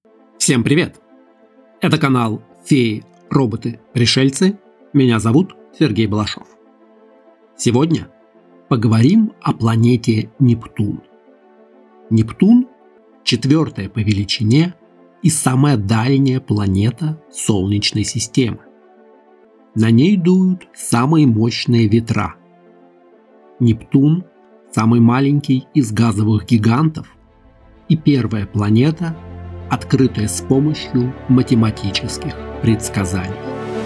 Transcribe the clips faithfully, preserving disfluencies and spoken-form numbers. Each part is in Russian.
Всем привет! Это канал «Феи, роботы, пришельцы». Меня зовут Сергей Балашов. Сегодня поговорим о планете Нептун. Нептун – четвертая по величине и самая дальняя планета Солнечной системы. На ней дуют самые мощные ветра. Нептун – самый маленький из газовых гигантов и первая планета, открытая с помощью математических предсказаний.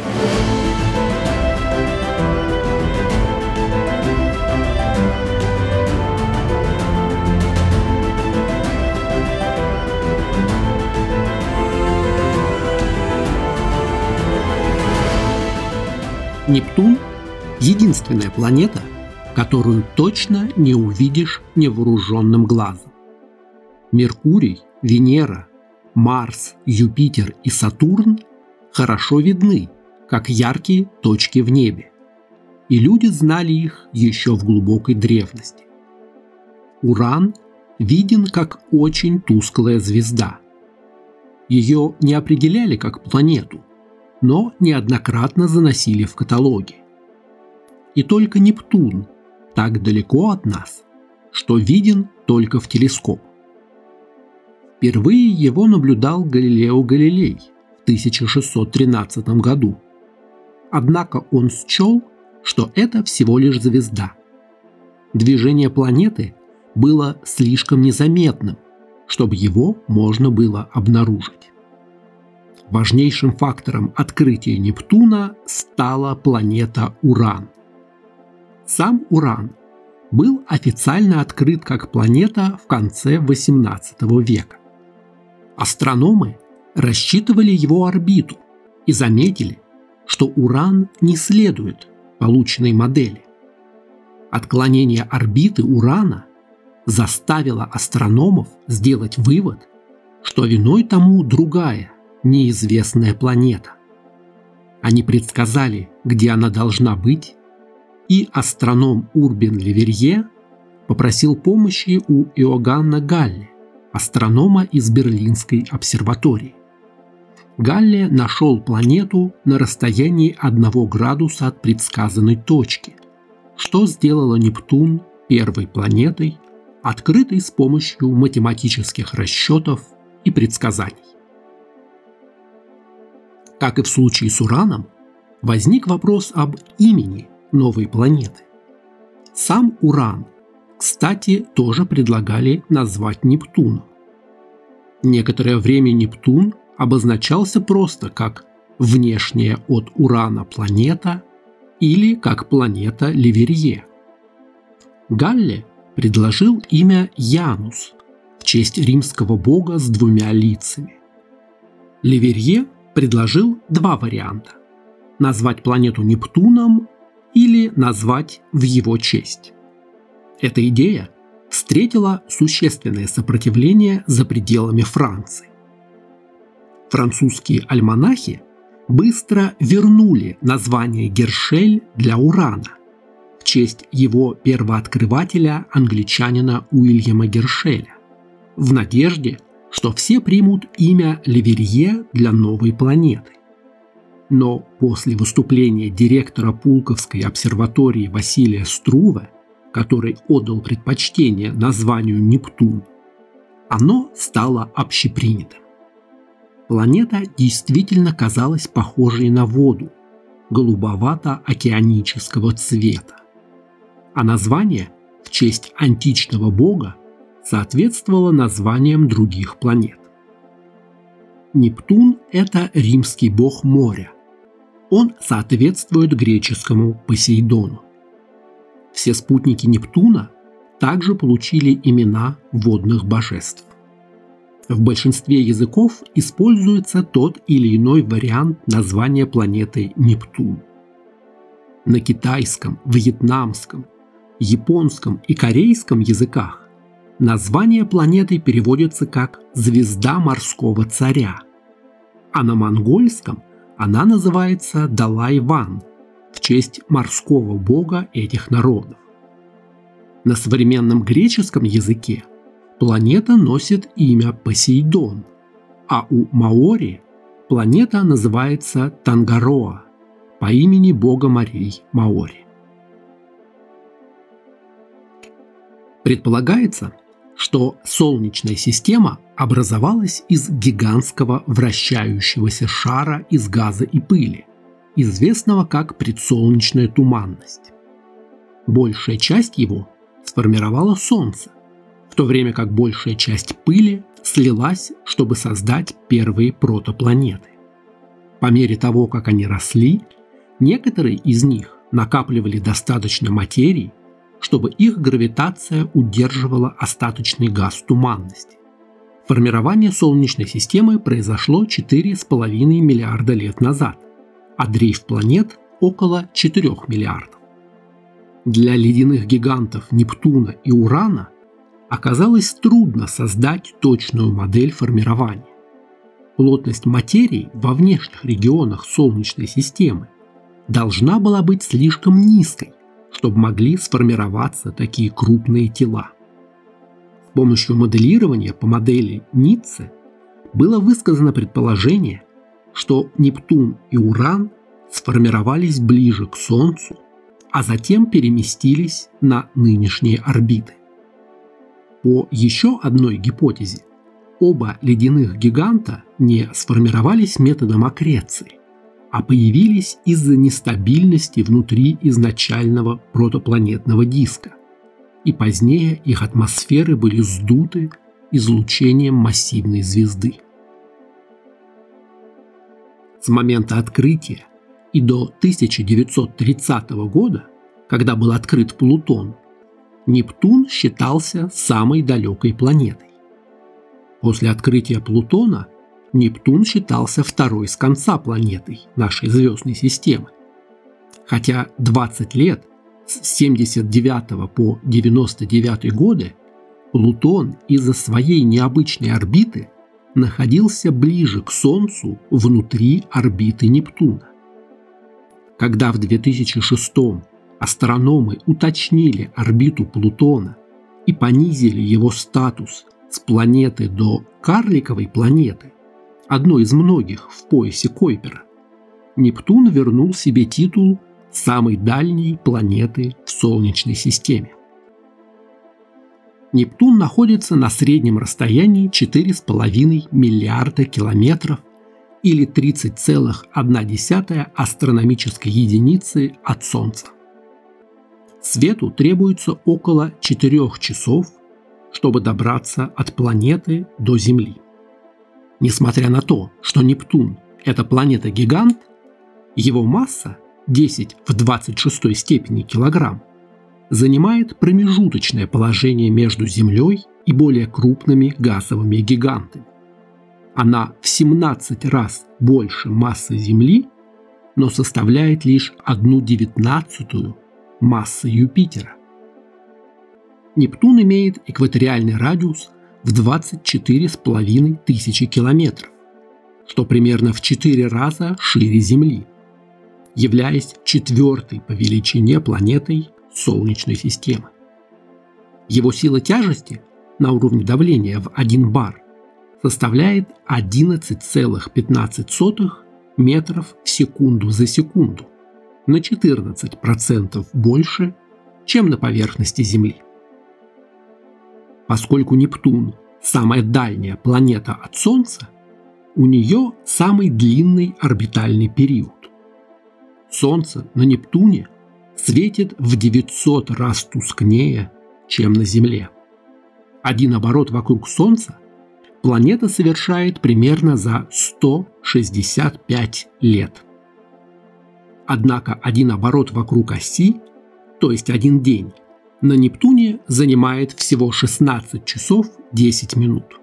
Нептун – единственная планета, которую точно не увидишь невооруженным глазом. Меркурий, Венера, Марс, Юпитер и Сатурн хорошо видны, как яркие точки в небе, и люди знали их еще в глубокой древности. Уран виден как очень тусклая звезда. Ее не определяли как планету, но неоднократно заносили в каталоги. И только Нептун так далеко от нас, что виден только в телескоп. Впервые его наблюдал Галилео Галилей в тысяча шестьсот тринадцатом году. Однако он счел, что это всего лишь звезда. Движение планеты было слишком незаметным, чтобы его можно было обнаружить. Важнейшим фактором открытия Нептуна стала планета Уран. Сам Уран был официально открыт как планета в конце восемнадцатого века. Астрономы рассчитывали его орбиту и заметили, что Уран не следует полученной модели. Отклонение орбиты Урана заставило астрономов сделать вывод, что виной тому другая, неизвестная планета. Они предсказали, где она должна быть, и астроном Урбен Le Verrier попросил помощи у Иоганна Галле, астронома из Берлинской обсерватории. Галле нашел планету на расстоянии одного градуса от предсказанной точки, что сделало Нептун первой планетой, открытой с помощью математических расчетов и предсказаний. Как и в случае с Ураном, возник вопрос об имени новой планеты. Сам Уран, кстати, тоже предлагали назвать Нептуном. Некоторое время Нептун обозначался просто как внешняя от Урана планета или как планета Le Verrier. Галле предложил имя Янус в честь римского бога с двумя лицами. Le Verrier предложил два варианта – назвать планету Нептуном или назвать в его честь. Эта идея встретила существенное сопротивление за пределами Франции. Французские альманахи быстро вернули название Гершель для Урана в честь его первооткрывателя, англичанина Уильяма Гершеля, в надежде, что все примут имя Le Verrier для новой планеты. Но после выступления директора Пулковской обсерватории Василия Струве, который отдал предпочтение названию Нептун, оно стало общепринятым. Планета действительно казалась похожей на воду, голубовато-океанического цвета. А название в честь античного бога соответствовало названиям других планет. Нептун – это римский бог моря. Он соответствует греческому Посейдону. Все спутники Нептуна также получили имена водных божеств. В большинстве языков используется тот или иной вариант названия планеты Нептун. На китайском, вьетнамском, японском и корейском языках название планеты переводится как «звезда морского царя», а на монгольском она называется Далай-Ван в честь морского бога этих народов. На современном греческом языке планета носит имя Посейдон, а у маори планета называется Тангароа по имени бога морей Маори. Предполагается, что Солнечная система образовалась из гигантского вращающегося шара из газа и пыли, известного как предсолнечная туманность. Большая часть его сформировала Солнце, в то время как большая часть пыли слилась, чтобы создать первые протопланеты. По мере того, как они росли, некоторые из них накапливали достаточно материи, чтобы их гравитация удерживала остаточный газ туманности. Формирование Солнечной системы произошло четыре с половиной миллиарда лет назад, а дрейф планет – около четырёх миллиардов. Для ледяных гигантов Нептуна и Урана оказалось трудно создать точную модель формирования. Плотность материи во внешних регионах Солнечной системы должна была быть слишком низкой, чтобы могли сформироваться такие крупные тела. С помощью моделирования по модели Ницце было высказано предположение, что Нептун и Уран сформировались ближе к Солнцу, а затем переместились на нынешние орбиты. По еще одной гипотезе, оба ледяных гиганта не сформировались методом аккреции, а появились из-за нестабильности внутри изначального протопланетного диска, и позднее их атмосферы были сдуты излучением массивной звезды. С момента открытия и до тысяча девятьсот тридцатого года, когда был открыт Плутон, Нептун считался самой далекой планетой. После открытия Плутона Нептун считался второй с конца планетой нашей звездной системы. Хотя двадцать лет, с семьдесят девятого по девяносто девятый годы, Плутон из-за своей необычной орбиты находился ближе к Солнцу внутри орбиты Нептуна. Когда в две тысячи шестом астрономы уточнили орбиту Плутона и понизили его статус с планеты до карликовой планеты, одной из многих в поясе Койпера, Нептун вернул себе титул самой дальней планеты в Солнечной системе. Нептун находится на среднем расстоянии четыре с половиной миллиарда километров или тридцать целых одна десятая астрономической единицы от Солнца. Свету требуется около четырёх часов, чтобы добраться от планеты до Земли. Несмотря на то, что Нептун – это планета-гигант, его масса десять в двадцать шестой степени килограмм занимает промежуточное положение между Землей и более крупными газовыми гигантами. Она в семнадцать раз больше массы Земли, но составляет лишь одну девятнадцатую массы Юпитера. Нептун имеет экваториальный радиус в двадцать четыре с половиной тысячи километров, что примерно в четыре раза шире Земли, являясь четвертой по величине планетой Солнечной системы. Его сила тяжести на уровне давления в один бар составляет одиннадцать целых пятнадцать сотых метров в секунду за секунду, на четырнадцать процентов больше, чем на поверхности Земли. Поскольку Нептун – самая дальняя планета от Солнца, у нее самый длинный орбитальный период. Солнце на Нептуне светит в девятьсот раз тускнее, чем на Земле. Один оборот вокруг Солнца планета совершает примерно за сто шестьдесят пять лет. Однако один оборот вокруг оси, то есть один день, на Нептуне занимает всего шестнадцать часов десять минут.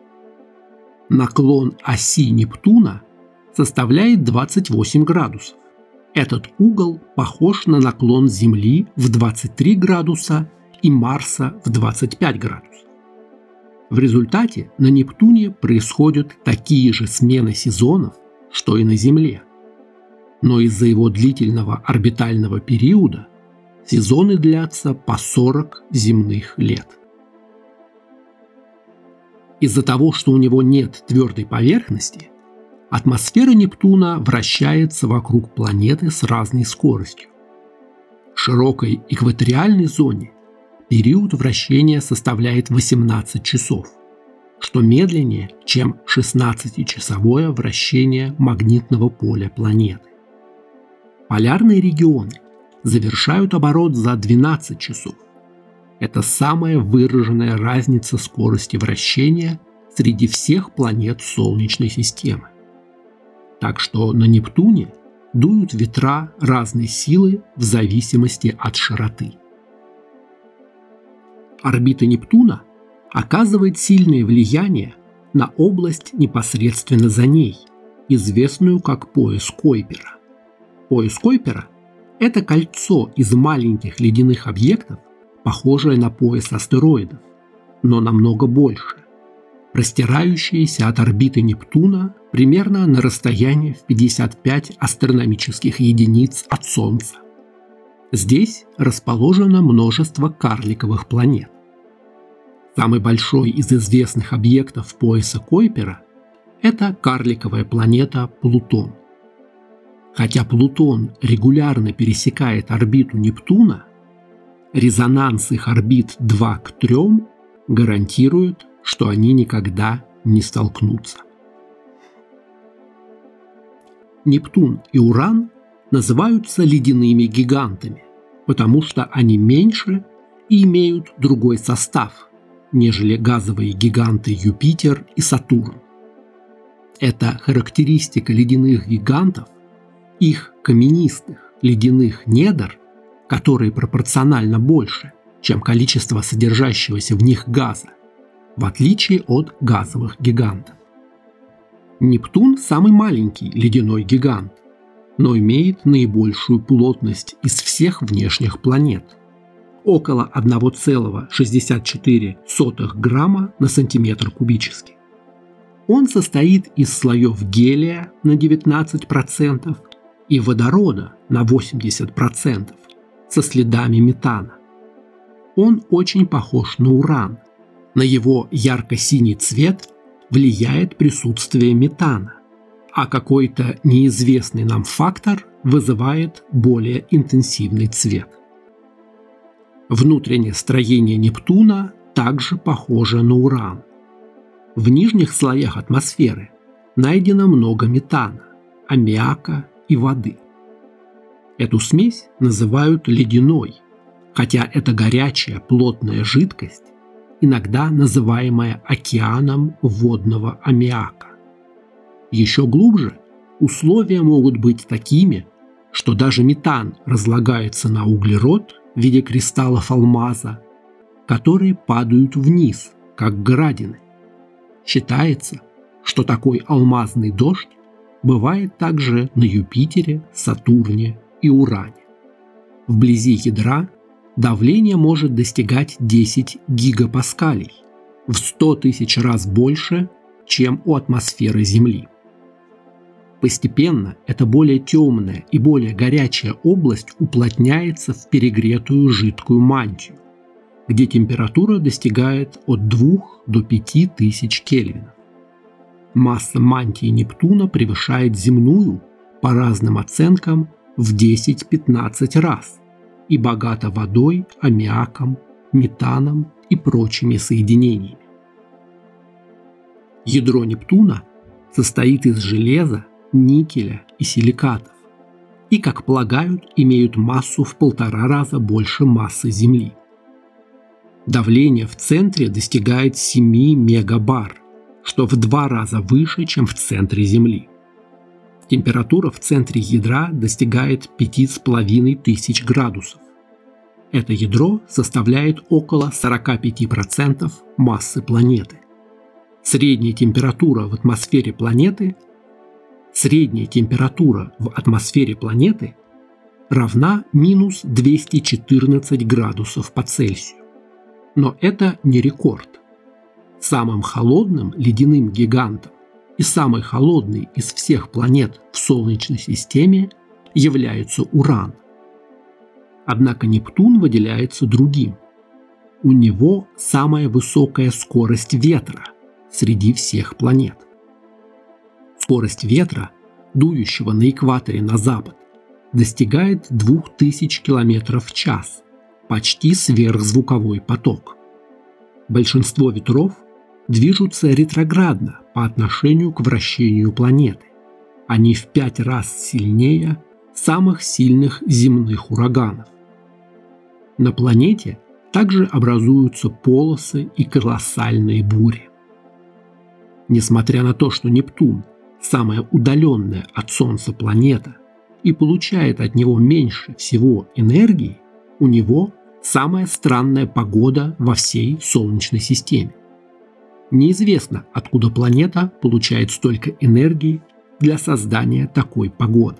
Наклон оси Нептуна составляет двадцать восемь градусов. Этот угол похож на наклон Земли в двадцать три градуса и Марса в двадцать пять градусов. В результате на Нептуне происходят такие же смены сезонов, что и на Земле. Но из-за его длительного орбитального периода сезоны длятся по сорок земных лет. Из-за того, что у него нет твердой поверхности, атмосфера Нептуна вращается вокруг планеты с разной скоростью. В широкой экваториальной зоне период вращения составляет восемнадцать часов, что медленнее, чем шестнадцатичасовое вращение магнитного поля планеты. Полярные регионы завершают оборот за двенадцать часов. Это самая выраженная разница скорости вращения среди всех планет Солнечной системы. Так что на Нептуне дуют ветра разной силы в зависимости от широты. Орбита Нептуна оказывает сильное влияние на область непосредственно за ней, известную как пояс Койпера. Пояс Койпера – это кольцо из маленьких ледяных объектов, похожее на пояс астероидов, но намного больше, простирающееся от орбиты Нептуна примерно на расстоянии в пятьдесят пять астрономических единиц от Солнца. Здесь расположено множество карликовых планет. Самый большой из известных объектов пояса Койпера – это карликовая планета Плутон. Хотя Плутон регулярно пересекает орбиту Нептуна, резонанс их орбит два к трем гарантирует, что они никогда не столкнутся. Нептун и Уран называются ледяными гигантами, потому что они меньше и имеют другой состав, нежели газовые гиганты Юпитер и Сатурн. Эта характеристика ледяных гигантов, их каменистых ледяных недр, которые пропорционально больше, чем количество содержащегося в них газа, в отличие от газовых гигантов. Нептун – самый маленький ледяной гигант, но имеет наибольшую плотность из всех внешних планет – около одна целая шестьдесят четыре сотых грамма на сантиметр кубический. Он состоит из слоев гелия на девятнадцать процентов и водорода на восемьдесят процентов со следами метана. Он очень похож на Уран. На его ярко-синий цвет влияет присутствие метана, а какой-то неизвестный нам фактор вызывает более интенсивный цвет. Внутреннее строение Нептуна также похоже на Уран. В нижних слоях атмосферы найдено много метана, аммиака и воды. Эту смесь называют ледяной, хотя это горячая плотная жидкость, иногда называемая океаном водного аммиака. Еще глубже условия могут быть такими, что даже метан разлагается на углерод в виде кристаллов алмаза, которые падают вниз, как градины. Считается, что такой алмазный дождь бывает также на Юпитере, Сатурне и Уране. Вблизи ядра давление может достигать десять гигапаскалей, в сто тысяч раз больше, чем у атмосферы Земли. Постепенно эта более темная и более горячая область уплотняется в перегретую жидкую мантию, где температура достигает от двух до пяти тысяч кельвинов. Масса мантии Нептуна превышает земную, по разным оценкам, в десять-пятнадцать раз и богата водой, аммиаком, метаном и прочими соединениями. Ядро Нептуна состоит из железа, никеля и силикатов и, как полагают, имеют массу в полтора раза больше массы Земли. Давление в центре достигает семь мегабар, что в два раза выше, чем в центре Земли. Температура в центре ядра достигает пяти с половиной тысяч градусов. Это ядро составляет около сорок пять процентов массы планеты. Средняя температура в атмосфере планеты Средняя температура в атмосфере планеты равна минус двести четырнадцать градусов по Цельсию. Но это не рекорд. Самым холодным ледяным гигантом и самой холодной из всех планет в Солнечной системе является Уран. Однако Нептун выделяется другим. У него самая высокая скорость ветра – среди всех планет. Скорость ветра, дующего на экваторе на запад, достигает двух тысяч километров в час, почти сверхзвуковой поток. Большинство ветров движутся ретроградно по отношению к вращению планеты. Они в пять раз сильнее самых сильных земных ураганов. На планете также образуются полосы и колоссальные бури. Несмотря на то, что Нептун – самая удаленная от Солнца планета и получает от него меньше всего энергии, у него самая странная погода во всей Солнечной системе. Неизвестно, откуда планета получает столько энергии для создания такой погоды.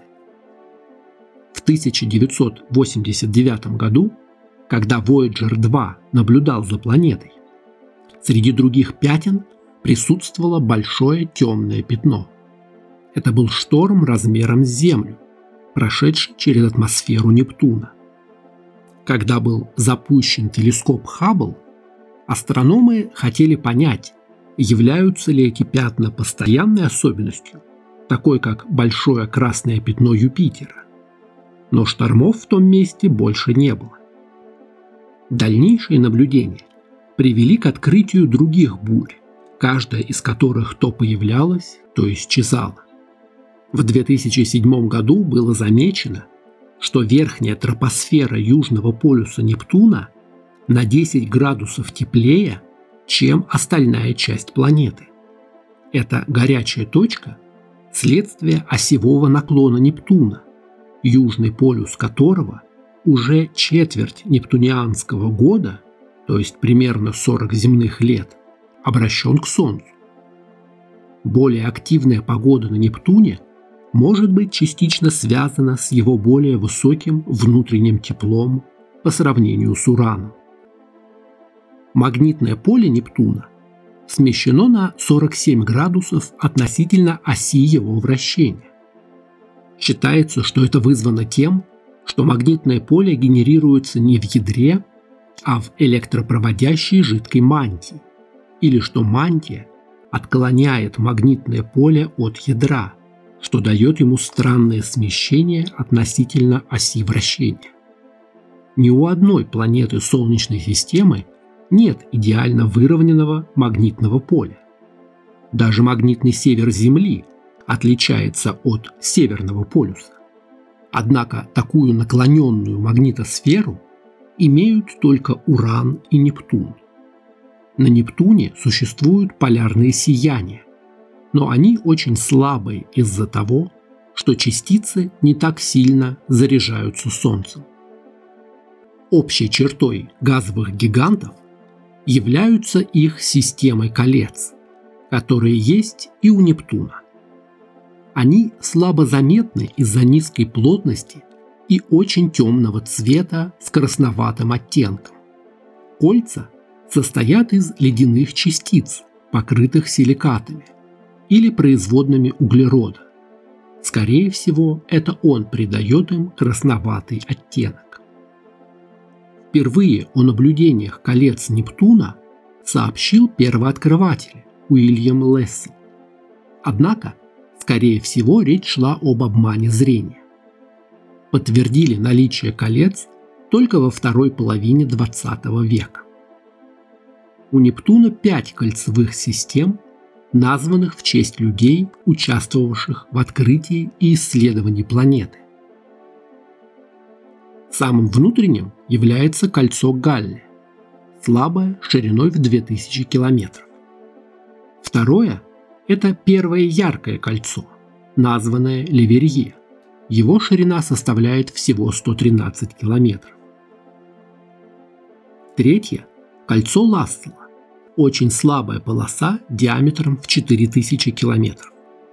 В тысяча девятьсот восемьдесят девятом году, когда Вояджер два наблюдал за планетой, среди других пятен присутствовало большое темное пятно. Это был шторм размером с Землю, прошедший через атмосферу Нептуна. Когда был запущен телескоп Хаббл, астрономы хотели понять, являются ли эти пятна постоянной особенностью, такой как большое красное пятно Юпитера. Но штормов в том месте больше не было. Дальнейшие наблюдения привели к открытию других бурь, каждая из которых то появлялась, то исчезала. В две тысячи седьмом году было замечено, что верхняя тропосфера южного полюса Нептуна на десять градусов теплее, чем остальная часть планеты. Эта горячая точка – следствие осевого наклона Нептуна, южный полюс которого уже четверть нептунианского года, то есть примерно сорок земных лет, обращен к Солнцу. Более активная погода на Нептуне может быть частично связана с его более высоким внутренним теплом по сравнению с Ураном. Магнитное поле Нептуна смещено на сорок семь градусов относительно оси его вращения. Считается, что это вызвано тем, что магнитное поле генерируется не в ядре, а в электропроводящей жидкой мантии, или что мантия отклоняет магнитное поле от ядра, что дает ему странное смещение относительно оси вращения. Ни у одной планеты Солнечной системы нет идеально выровненного магнитного поля. Даже магнитный север Земли отличается от Северного полюса. Однако такую наклоненную магнитосферу имеют только Уран и Нептун. На Нептуне существуют полярные сияния, но они очень слабые из-за того, что частицы не так сильно заряжаются Солнцем. Общей чертой газовых гигантов являются их системы колец, которые есть и у Нептуна. Они слабо заметны из-за низкой плотности и очень темного цвета с красноватым оттенком. Кольца состоят из ледяных частиц, покрытых силикатами или производными углерода. Скорее всего, это он придает им красноватый оттенок. Впервые о наблюдениях колец Нептуна сообщил первооткрыватель Уильям Лесси. Однако, скорее всего, речь шла об обмане зрения. Подтвердили наличие колец только во второй половине двадцатого века. У Нептуна пять кольцевых систем, названных в честь людей, участвовавших в открытии и исследовании планеты. Самым внутренним является кольцо Галле, слабое, шириной в две тысячи километров. Второе – это первое яркое кольцо, названное Леверье. Его ширина составляет всего сто тринадцать километров. Третье – кольцо Лассела, очень слабая полоса диаметром в четыре тысячи километров.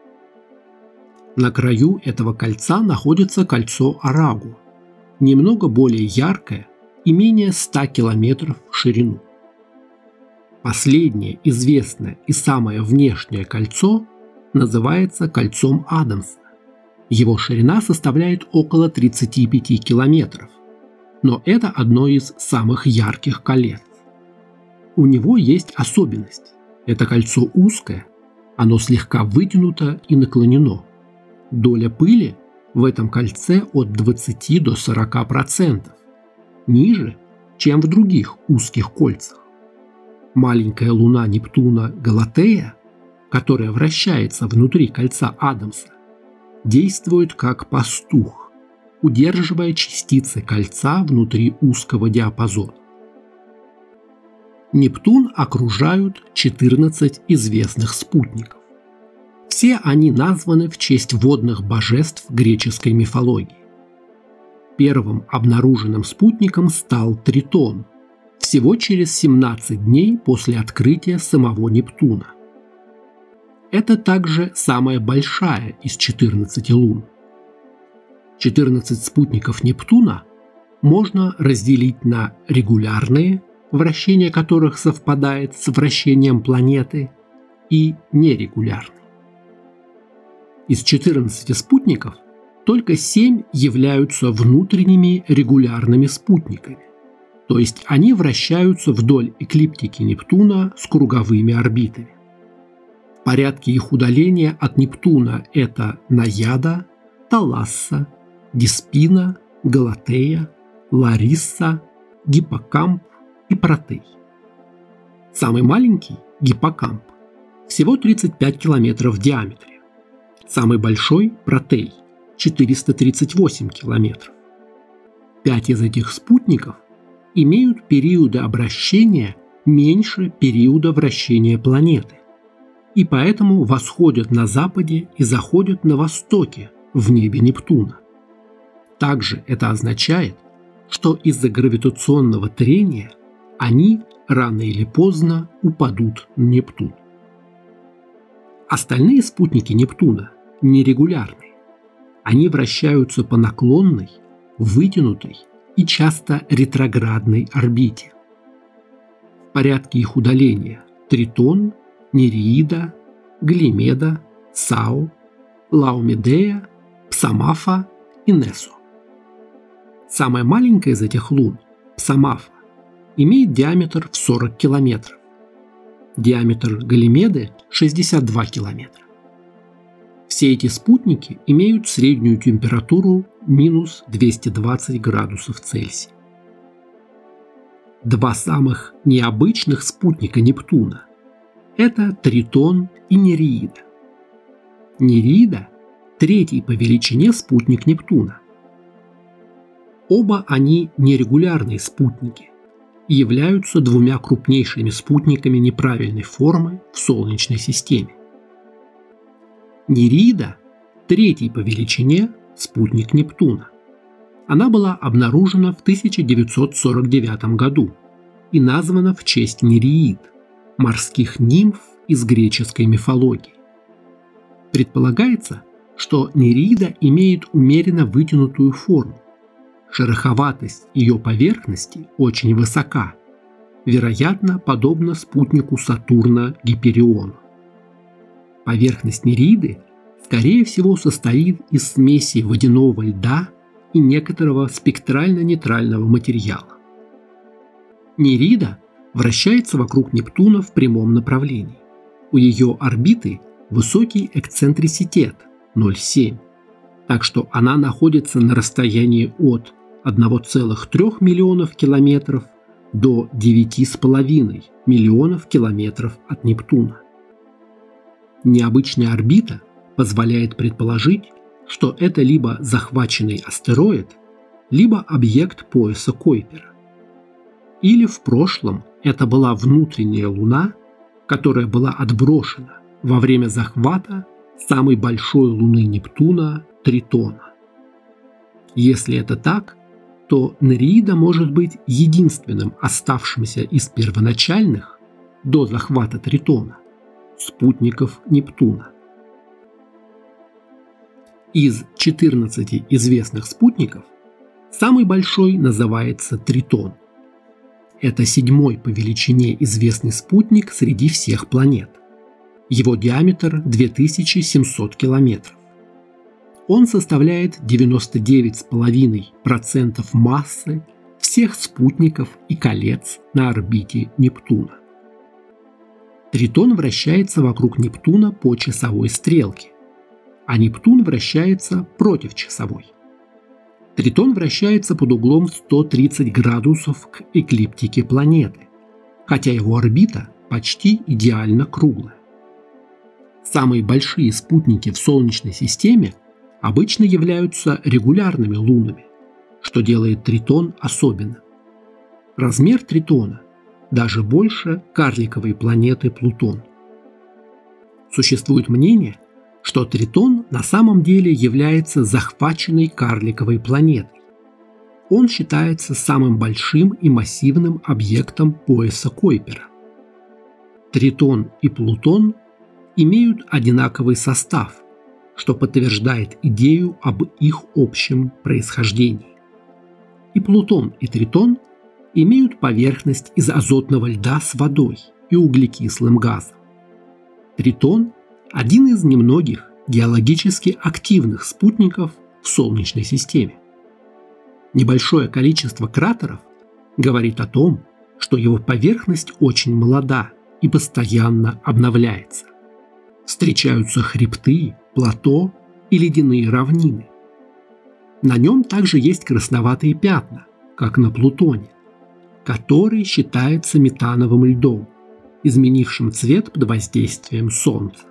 На краю этого кольца находится кольцо Арагу, немного более яркое и менее ста километров в ширину. Последнее известное и самое внешнее кольцо называется кольцом Адамса. Его ширина составляет около тридцати пяти километров, но это одно из самых ярких колец. У него есть особенность. Это кольцо узкое, оно слегка вытянуто и наклонено. Доля пыли в этом кольце от двадцати до сорока процентов, ниже, чем в других узких кольцах. Маленькая луна Нептуна Галатея, которая вращается внутри кольца Адамса, действует как пастух, удерживая частицы кольца внутри узкого диапазона. Нептун окружают четырнадцать известных спутников. Все они названы в честь водных божеств греческой мифологии. Первым обнаруженным спутником стал Тритон, всего через семнадцать дней после открытия самого Нептуна. Это также самая большая из четырнадцати лун. четырнадцать спутников Нептуна можно разделить на регулярные, вращение которых совпадает с вращением планеты, и нерегулярные. Из четырнадцати спутников только семь являются внутренними регулярными спутниками, то есть они вращаются вдоль эклиптики Нептуна с круговыми орбитами. В порядке их удаления от Нептуна это Наяда, Таласса, Диспина, Галатея, Ларисса, Гиппокамп и Протей. Самый маленький, Гиппокамп, всего тридцать пять километров в диаметре. Самый большой, Протей, четыреста тридцать восемь километров. Пять из этих спутников имеют периоды обращения меньше периода вращения планеты, и поэтому восходят на западе и заходят на востоке в небе Нептуна. Также это означает, что из-за гравитационного трения они рано или поздно упадут на Нептун. Остальные спутники Нептуна нерегулярные. Они вращаются по наклонной, вытянутой и часто ретроградной орбите. В порядке их удаления Тритон, Нереида, Галимеда, Сао, Лаомедея, Псамафа и Несо. Самая маленькая из этих лун, Псамафа, имеет диаметр в сорок километров. Диаметр Галимеды – шестьдесят два километра. Все эти спутники имеют среднюю температуру минус двести двадцать градусов Цельсия. Два самых необычных спутника Нептуна – это Тритон и Нереида. Нереида – третий по величине спутник Нептуна. Оба они нерегулярные спутники и являются двумя крупнейшими спутниками неправильной формы в Солнечной системе. Нереида – третий по величине спутник Нептуна. Она была обнаружена в тысяча девятьсот сорок девятом году и названа в честь Нереид, морских нимф из греческой мифологии. Предполагается, что Нереида имеет умеренно вытянутую форму. Шероховатость ее поверхности очень высока, вероятно, подобно спутнику Сатурна Гипериону. Поверхность Нереиды, скорее всего, состоит из смеси водяного льда и некоторого спектрально-нейтрального материала. Нереида вращается вокруг Нептуна в прямом направлении. У ее орбиты высокий эксцентриситет ноль целых семь десятых, так что она находится на расстоянии от одного целых трёх миллионов километров до девяти с половиной миллионов километров от Нептуна. Необычная орбита позволяет предположить, что это либо захваченный астероид, либо объект пояса Койпера. Или в прошлом это была внутренняя Луна, которая была отброшена во время захвата самой большой луны Нептуна Тритона. Если это так, то Нереида может быть единственным оставшимся из первоначальных, до захвата Тритона, спутников Нептуна. Из четырнадцати известных спутников самый большой называется Тритон. Это седьмой по величине известный спутник среди всех планет. Его диаметр две тысячи семьсот километров. Он составляет девяносто девять целых пять десятых процента массы всех спутников и колец на орбите Нептуна. Тритон вращается вокруг Нептуна по часовой стрелке, а Нептун вращается против часовой. Тритон вращается под углом сто тридцать градусов к эклиптике планеты, хотя его орбита почти идеально круглая. Самые большие спутники в Солнечной системе обычно являются регулярными лунами, что делает Тритон особенным. Размер Тритона даже больше карликовой планеты Плутон. Существует мнение, что Тритон на самом деле является захваченной карликовой планетой. Он считается самым большим и массивным объектом пояса Койпера. Тритон и Плутон имеют одинаковый состав, что подтверждает идею об их общем происхождении. И Плутон, и Тритон имеют поверхность из азотного льда с водой и углекислым газом. Тритон – один из немногих геологически активных спутников в Солнечной системе. Небольшое количество кратеров говорит о том, что его поверхность очень молода и постоянно обновляется. Встречаются хребты, плато и ледяные равнины. На нем также есть красноватые пятна, как на Плутоне, который считается метановым льдом, изменившим цвет под воздействием Солнца.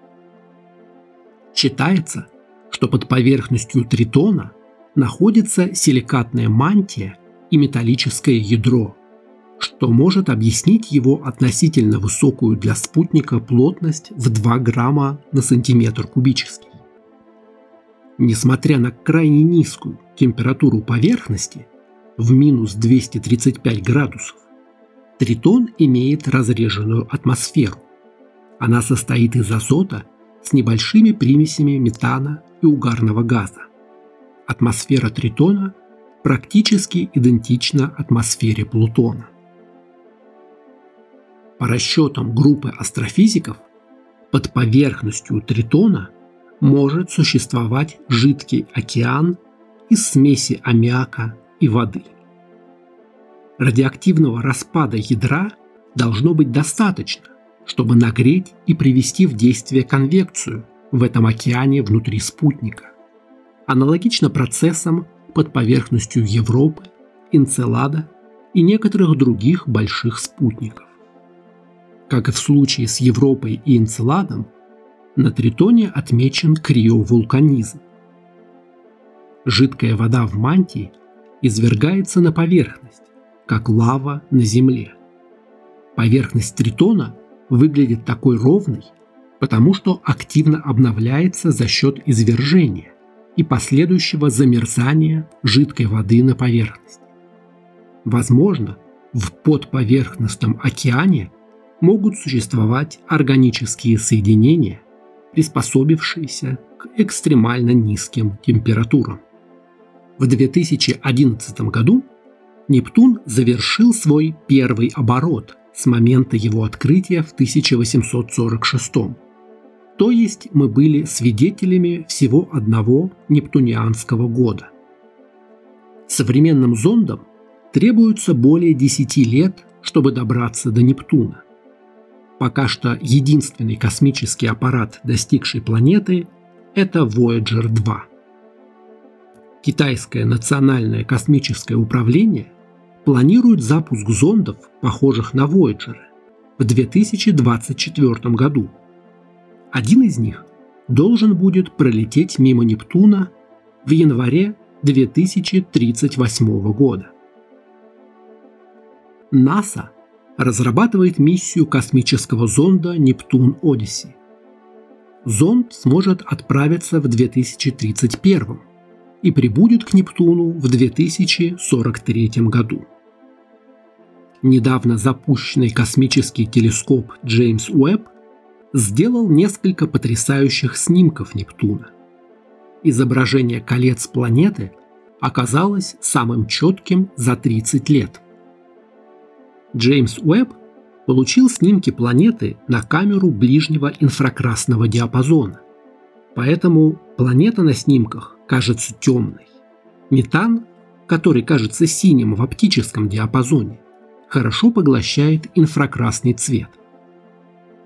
Считается, что под поверхностью Тритона находится силикатная мантия и металлическое ядро, что может объяснить его относительно высокую для спутника плотность в два грамма на сантиметр кубический. Несмотря на крайне низкую температуру поверхности, в минус двести тридцать пять градусов, Тритон имеет разреженную атмосферу. Она состоит из азота с небольшими примесями метана и угарного газа. Атмосфера Тритона практически идентична атмосфере Плутона. По расчетам группы астрофизиков, под поверхностью Тритона может существовать жидкий океан из смеси аммиака и воды. Радиоактивного распада ядра должно быть достаточно, чтобы нагреть и привести в действие конвекцию в этом океане внутри спутника, аналогично процессам под поверхностью Европы, Энцелада и некоторых других больших спутников. Как и в случае с Европой и Энцеладом, на Тритоне отмечен криовулканизм. Жидкая вода в мантии извергается на поверхность, как лава на Земле. Поверхность Тритона выглядит такой ровной, потому что активно обновляется за счет извержения и последующего замерзания жидкой воды на поверхности. Возможно, в подповерхностном океане могут существовать органические соединения, приспособившиеся к экстремально низким температурам. В две тысячи одиннадцатом году Нептун завершил свой первый оборот с момента его открытия в тысяча восемьсот сорок шестом. То есть мы были свидетелями всего одного нептунианского года. Современным зондам требуется более десяти лет, чтобы добраться до Нептуна. Пока что единственный космический аппарат, достигший планеты, это Вояджер два. Китайское национальное космическое управление планирует запуск зондов, похожих на Вояджеры, в две тысячи двадцать четвёртом году. Один из них должен будет пролететь мимо Нептуна в январе две тысячи тридцать восьмого года. НАСА разрабатывает миссию космического зонда Нептун-Одисси. Зонд сможет отправиться в две тысячи тридцать первом и прибудет к Нептуну в две тысячи сорок третьем году. Недавно запущенный космический телескоп Джеймс Уэбб сделал несколько потрясающих снимков Нептуна. Изображение колец планеты оказалось самым четким за тридцать лет. Джеймс Уэбб получил снимки планеты на камеру ближнего инфракрасного диапазона, поэтому планета на снимках кажется темной. Метан, который кажется синим в оптическом диапазоне, хорошо поглощает инфракрасный цвет.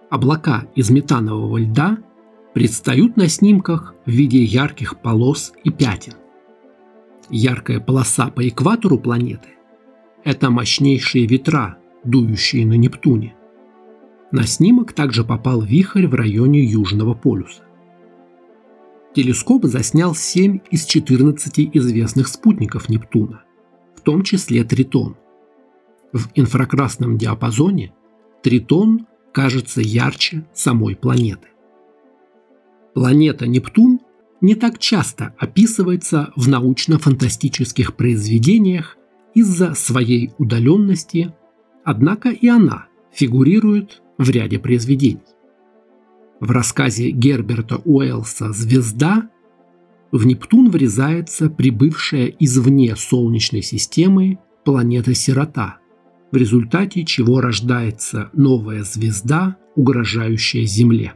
Облака из метанового льда предстают на снимках в виде ярких полос и пятен. Яркая полоса по экватору планеты – это мощнейшие ветра, дующие на Нептуне. На снимок также попал вихрь в районе Южного полюса. Телескоп заснял семь из четырнадцати известных спутников Нептуна, в том числе Тритон. В инфракрасном диапазоне Тритон кажется ярче самой планеты. Планета Нептун не так часто описывается в научно-фантастических произведениях из-за своей удаленности, однако и она фигурирует в ряде произведений. В рассказе Герберта Уэллса «Звезда» в Нептун врезается прибывшая извне Солнечной системы планета-сирота, в результате чего рождается новая звезда, угрожающая Земле.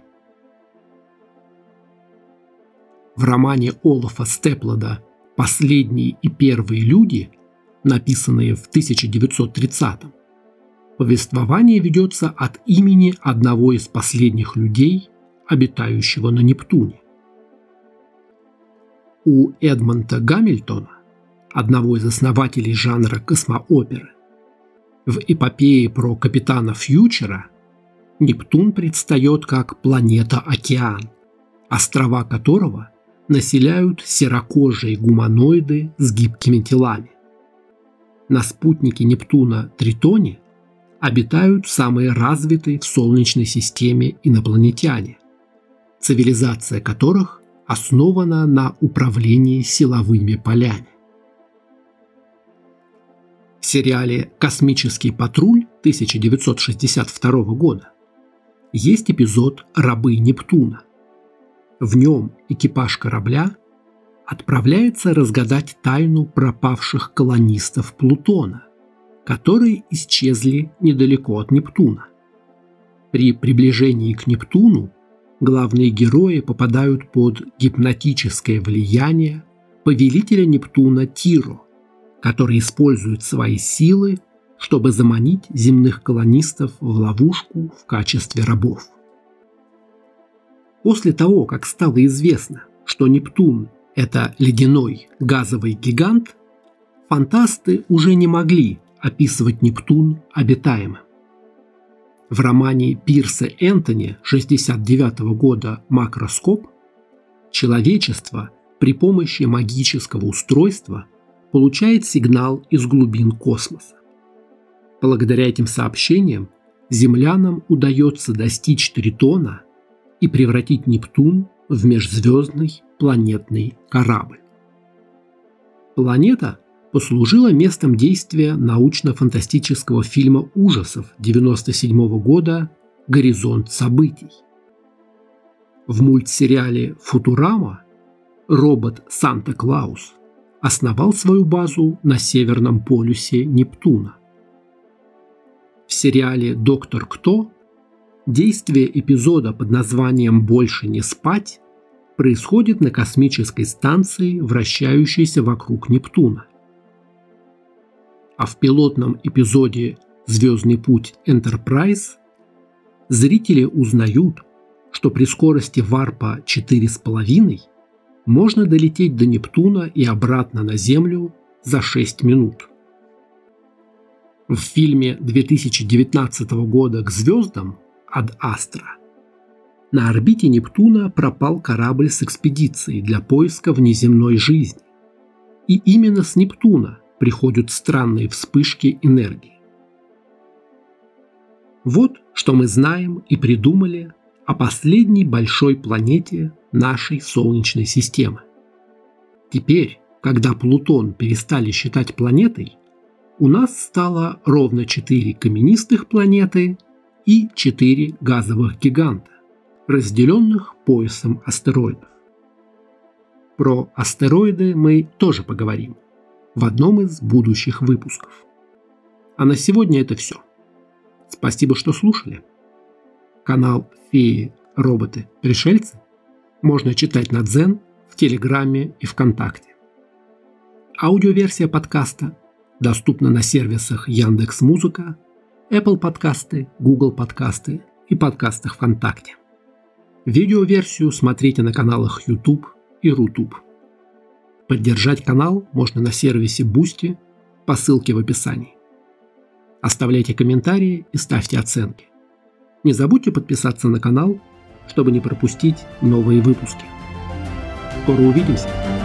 В романе Олафа Степлада «Последние и первые люди», написанные в тысяча девятьсот тридцатом, повествование ведется от имени одного из последних людей, обитающего на Нептуне. У Эдмонда Гамильтона, одного из основателей жанра космооперы, в эпопее про капитана Фьючера Нептун предстает как планета-океан, острова которого населяют серокожие гуманоиды с гибкими телами. На спутнике Нептуна Тритоне обитают самые развитые в Солнечной системе инопланетяне, цивилизация которых основана на управлении силовыми полями. В сериале «Космический патруль» тысяча девятьсот шестьдесят второго года есть эпизод «Рабы Нептуна». В нем экипаж корабля отправляется разгадать тайну пропавших колонистов Плутона, которые исчезли недалеко от Нептуна. При приближении к Нептуну главные герои попадают под гипнотическое влияние повелителя Нептуна Тиро, который использует свои силы, чтобы заманить земных колонистов в ловушку в качестве рабов. После того, как стало известно, что Нептун – это ледяной газовый гигант, фантасты уже не могли описывать Нептун обитаемым. В романе Пирса Энтони шестьдесят девятого года «Макроскоп» человечество при помощи магического устройства получает сигнал из глубин космоса. Благодаря этим сообщениям землянам удается достичь Тритона и превратить Нептун в межзвездный планетный корабль. Планета послужила местом действия научно-фантастического фильма ужасов девяносто седьмого года «Горизонт событий». В мультсериале «Футурама» робот Санта-Клаус основал свою базу на северном полюсе Нептуна. В сериале «Доктор Кто» действие эпизода под названием «Больше не спать» происходит на космической станции, вращающейся вокруг Нептуна. А в пилотном эпизоде «Звездный путь Энтерпрайз» зрители узнают, что при скорости варпа четыре с половиной можно долететь до Нептуна и обратно на Землю за шесть минут. В фильме две тысячи девятнадцатого года «К звездам» «Ад Астра» на орбите Нептуна пропал корабль с экспедицией для поиска внеземной жизни. И именно с Нептуна приходят странные вспышки энергии. Вот что мы знаем и придумали о последней большой планете нашей Солнечной системы. Теперь, когда Плутон перестали считать планетой, у нас стало ровно четыре каменистых планеты и четыре газовых гиганта, разделенных поясом астероидов. Про астероиды мы тоже поговорим в одном из будущих выпусков. А на сегодня это все. Спасибо, что слушали. Канал «Феи, роботы, пришельцы» можно читать на Дзен, в Телеграме и ВКонтакте. Аудиоверсия подкаста доступна на сервисах Яндекс.Музыка, Apple подкасты, Google подкасты и и подкастах ВКонтакте. Видеоверсию смотрите на каналах YouTube и Рутуб. Поддержать канал можно на сервисе Boosty по ссылке в описании. Оставляйте комментарии и ставьте оценки. Не забудьте подписаться на канал, чтобы не пропустить новые выпуски. Скоро увидимся!